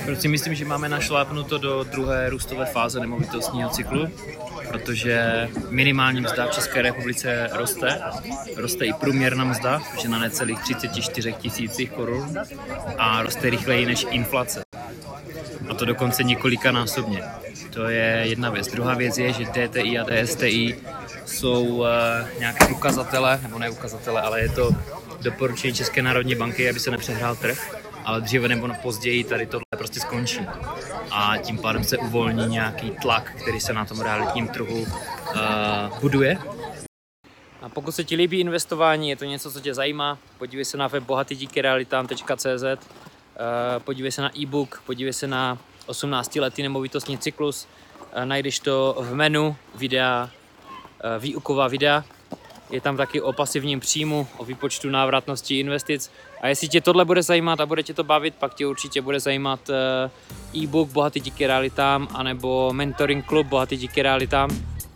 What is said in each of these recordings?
Proč si myslím, že máme našlápnuto do druhé růstové fáze nemovitostního cyklu? Protože minimální mzda v České republice roste i průměrná mzda, že na necelých 34 000 korun a roste rychleji než inflace. A to dokonce několikanásobně. To je jedna věc. Druhá věc je, že DTI a DSTI jsou nějaké ukazatele, nebo ne ukazatele, ale je to doporučení České národní banky, aby se nepřehrál trh, ale dříve nebo později tady tohle prostě skončí. A tím pádem se uvolní nějaký tlak, který se na tom realitním trhu buduje. A pokud se ti líbí investování, je to něco, co tě zajímá, podívej se na web bohatydíkyrealitám.cz, podívej se na e-book, podívej se na 18letý nemovitostní cyklus, najdeš to v menu videa, výuková videa, je tam taky o pasivním příjmu, o výpočtu návratnosti investic. A jestli tě tohle bude zajímat a bude tě to bavit, pak tě určitě bude zajímat e-book Bohatý díky realitám anebo mentoring klub Bohatý díky realitám.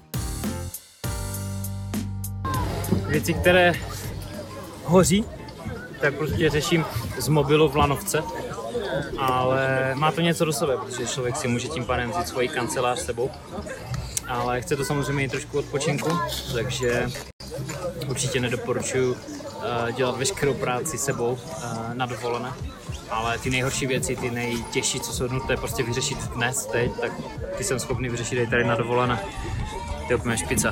Věci, které hoří, tak prostě řeším z mobilu v lanovce, ale má to něco do sebe, protože člověk si může tím pádem vzít svoji kancelář s sebou, ale chce to samozřejmě i trošku odpočinku, takže určitě nedoporučuji dělat veškerou práci sebou na dovolené, ale ty nejhorší věci, ty nejtěžší, co jsou nutné prostě vyřešit dnes, teď, tak ty jsem schopný vyřešit i tady na dovolené. To je úplně špica.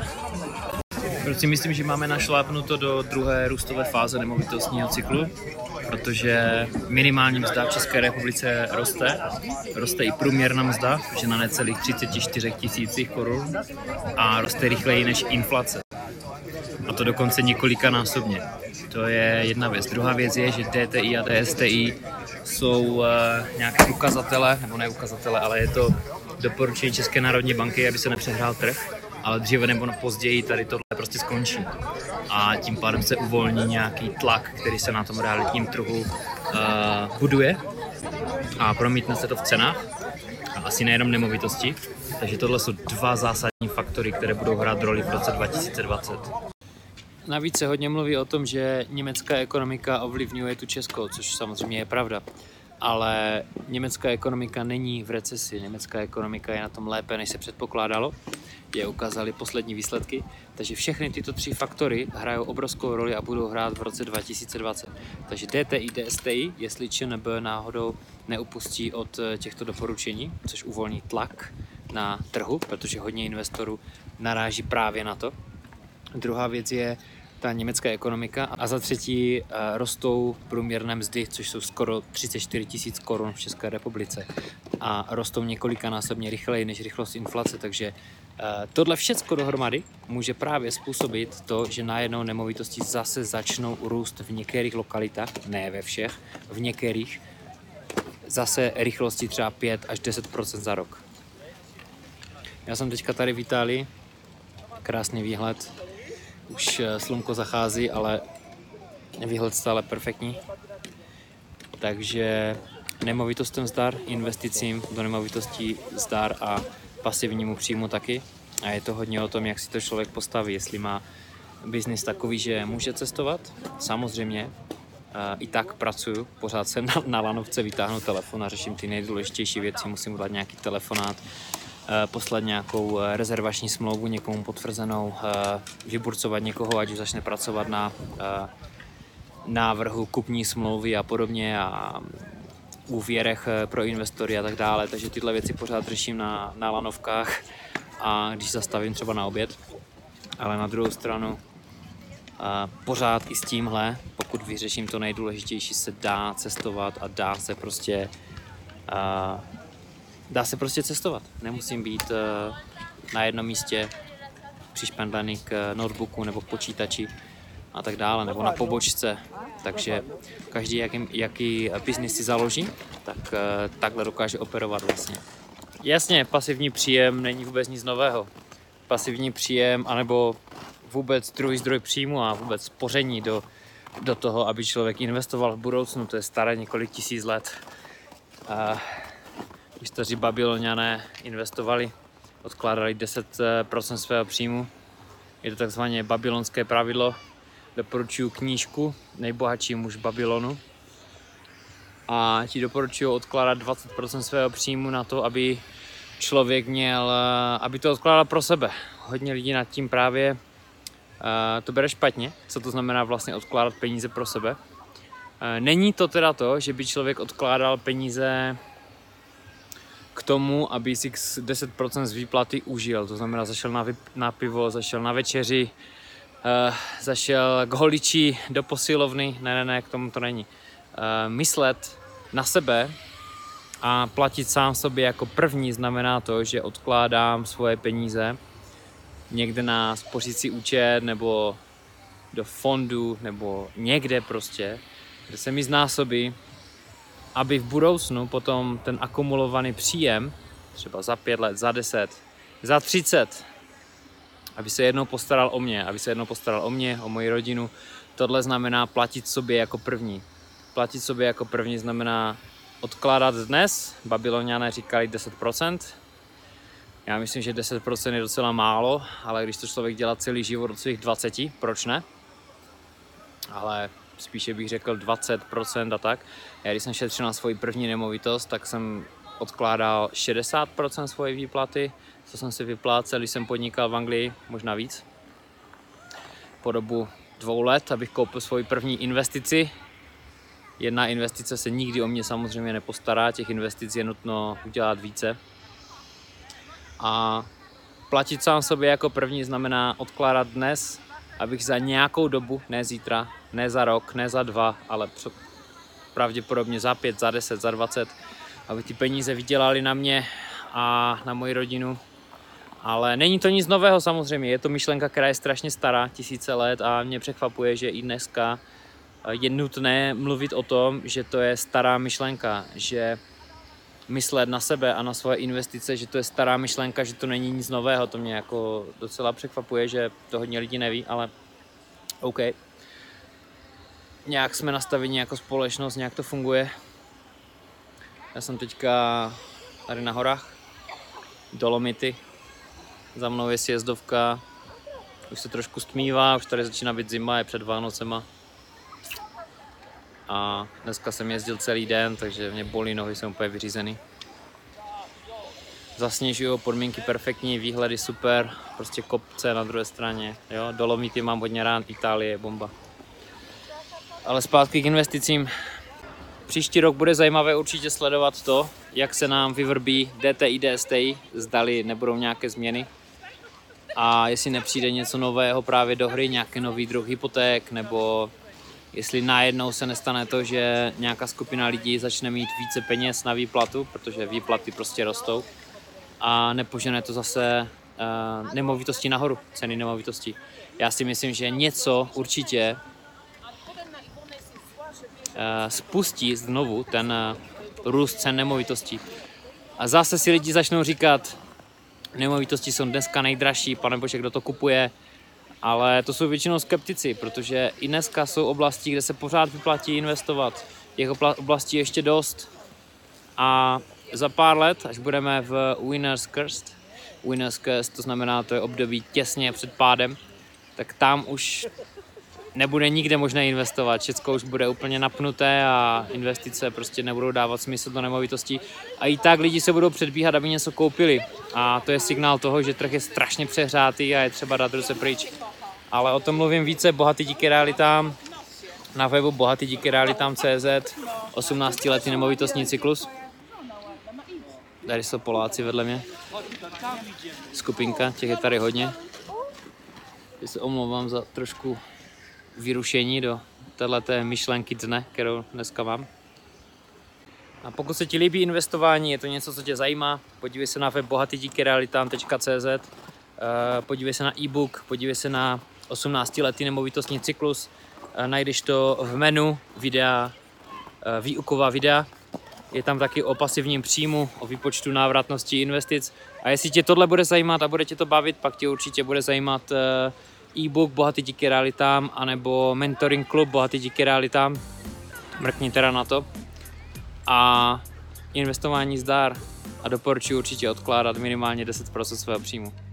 Proč si myslím, že máme našlápnuto do druhé růstové fáze nemovitostního cyklu? Protože minimální mzda v České republice roste i průměrná mzda, že na necelých 34 000 korun a roste rychleji než inflace. A to dokonce několikanásobně. To je jedna věc. Druhá věc je, že DTI a DSTI jsou nějaké ukazatele, nebo ne ukazatele, ale je to doporučení České národní banky, aby se nepřehrál trh, ale dříve nebo později tady tohle prostě skončí. A tím pádem se uvolní nějaký tlak, který se na tom realitním trhu buduje a promítne se to v cenách, a asi nejenom nemovitosti. Takže tohle jsou dva zásadní faktory, které budou hrát roli v roce 2020. Navíc se hodně mluví o tom, že německá ekonomika ovlivňuje tu českou, což samozřejmě je pravda. Ale německá ekonomika není v recesi, německá ekonomika je na tom lépe, než se předpokládalo, je ukázaly poslední výsledky, takže všechny tyto tři faktory hrajou obrovskou roli a budou hrát v roce 2020. Takže DTI, DSTI, jestli ČNB náhodou neupustí od těchto doporučení, což uvolní tlak na trhu, protože hodně investorů naráží právě na to. Druhá věc je ta německá ekonomika a za třetí rostou průměrné mzdy, což jsou skoro 34 000 korun v České republice a rostou několikanásobně rychleji než rychlost inflace, takže tohle všecko dohromady může právě způsobit to, že najednou nemovitosti zase začnou růst v některých lokalitách, ne ve všech, v některých zase rychlosti třeba 5 až 10% za rok. Já jsem teďka tady v Itálii, krásný výhled, už slunko zachází, ale výhled stále perfektní. Takže nemovitostem zdar, investicím do nemovitostí zdar a pasivnímu příjmu taky. A je to hodně o tom, jak si to člověk postaví, jestli má biznis takový, že může cestovat. Samozřejmě i tak pracuju, pořád jsem na lanovce, vytáhnu telefon a řeším ty nejdůležitější věci, musím udělat nějaký telefonát, poslat nějakou rezervační smlouvu někomu potvrzenou, vyburcovat někoho, ať už začne pracovat na návrhu kupní smlouvy a podobně a úvěrech pro investory a tak dále. Takže tyhle věci pořád řeším na lanovkách a když zastavím třeba na oběd. Ale na druhou stranu pořád i s tímhle, pokud vyřeším to nejdůležitější, se dá cestovat a dá se prostě cestovat. Nemusím být na jednom místě přišpendlený k notebooku nebo k počítači a tak dále, nebo na pobočce. Takže každý, jaký biznis si založí, tak takhle dokáže operovat vlastně. Jasně, pasivní příjem není vůbec nic nového. Pasivní příjem, anebo vůbec druhý zdroj příjmu a vůbec spoření do toho, aby člověk investoval v budoucnu, to je staré několik tisíc let. Když staří Babyloniané investovali, odkládali 10% svého příjmu. Je to takzvané babylonské pravidlo. Doporučuji knížku Nejbohatší muž Babylonu. a ti doporučuji odkládat 20% svého příjmu na to, aby člověk měl, aby to odkládal pro sebe. Hodně lidí nad tím právě to bere špatně, co to znamená vlastně odkládat peníze pro sebe. Není to teda to, že by člověk odkládal peníze k tomu, aby si 10% z výplaty užil. To znamená, zašel na pivo, zašel na večeři, zašel k holiči do posilovny. Ne, k tomu to není. Myslet na sebe a platit sám sobě jako první znamená to, že odkládám svoje peníze někde na spořící účet nebo do fondu nebo někde prostě, kde se mi znásobí, aby v budoucnu potom ten akumulovaný příjem, třeba za 5 let, za 10, za 30, aby se jednou postaral o mě, o moji rodinu. Tohle znamená platit sobě jako první. Platit sobě jako první znamená odkládat dnes. Babyloniané říkali 10%. Já myslím, že 10% je docela málo, ale když to člověk dělá celý život od svých 20, proč ne? Ale spíše bych řekl 20% a tak. Já když jsem šetřil na svoji první nemovitost, tak jsem odkládal 60% svoje výplaty, co jsem si vyplácel, když jsem podnikal v Anglii, možná víc. Po dobu 2 let, abych koupil svoji první investici. Jedna investice se nikdy o mě samozřejmě nepostará, těch investic je nutno udělat více. A platit sám sobě jako první znamená odkládat dnes, abych za nějakou dobu, ne zítra, ne za rok, ne za 2, ale pravděpodobně za 5, za 10, za 20, aby ty peníze vydělaly na mě a na moji rodinu. Ale není to nic nového samozřejmě, je to myšlenka, která je strašně stará, tisíce let a mě překvapuje, že i dneska je nutné mluvit o tom, že to je stará myšlenka, že myslet na sebe a na svoje investice, že to je stará myšlenka, že to není nic nového. To mě jako docela překvapuje, že to hodně lidí neví, ale OK. Nějak jsme nastaveni jako společnost, nějak to funguje. Já jsem teďka tady na horách, Dolomity. Za mnou je sjezdovka, už se trošku stmívá, už tady začíná být zima, je před Vánocema. A dneska jsem jezdil celý den, takže mě bolí nohy, jsem úplně vyřízený. Zasněžuju, podmínky perfektní, výhledy super, prostě kopce na druhé straně, jo, Dolomity mám hodně rád, Itálie je bomba. Ale zpátky k investicím. Příští rok bude zajímavé určitě sledovat to, jak se nám vyvrbí DTI, DSTI, zdali nebudou nějaké změny. A jestli nepřijde něco nového právě do hry, nějaký nový druh hypoték, nebo jestli najednou se nestane to, že nějaká skupina lidí začne mít více peněz na výplatu, protože výplaty prostě rostou a nepožene to zase nemovitosti nahoru, ceny nemovitostí. Já si myslím, že něco určitě spustí znovu ten růst cen nemovitostí. A zase si lidi začnou říkat, nemovitosti jsou dneska nejdražší, panebože, kdo to kupuje, ale to jsou většinou skeptici, protože i dneska jsou oblasti, kde se pořád vyplatí investovat. Těch oblastí ještě dost. A za pár let, až budeme v Winner's Curse, to znamená, to je období těsně před pádem, tak tam už nebude nikde možné investovat. Všechno už bude úplně napnuté a investice prostě nebudou dávat smysl do nemovitostí. A i tak lidi se budou předbíhat, aby něco koupili. A to je signál toho, že trh je strašně přehrátý a je třeba dát ruce pryč. Ale o tom mluvím více, bohatý díky realitám, na webu bohatydíkyrealitám.cz, 18letý nemovitostní cyklus. Tady jsou Poláci vedle mě. Skupinka, těch je tady hodně. Já se omlouvám za trošku vyrušení do této myšlenky dne, kterou dneska mám. A pokud se ti líbí investování, je to něco, co tě zajímá, podívej se na web bohatydíkyrealitám.cz, podívej se na e-book, podívej se na 18letý nemovitostní cyklus, najdeš to v menu videa, výuková videa, je tam taky o pasivním příjmu, o výpočtu návratnosti investic. A jestli tě tohle bude zajímat a bude tě to bavit, pak tě určitě bude zajímat e-book Bohatý díky realitám anebo mentoring klub Bohatý díky realitám. Mrkni teda na to. A investování zdar a doporučuji určitě odkládat minimálně 10% svého příjmu.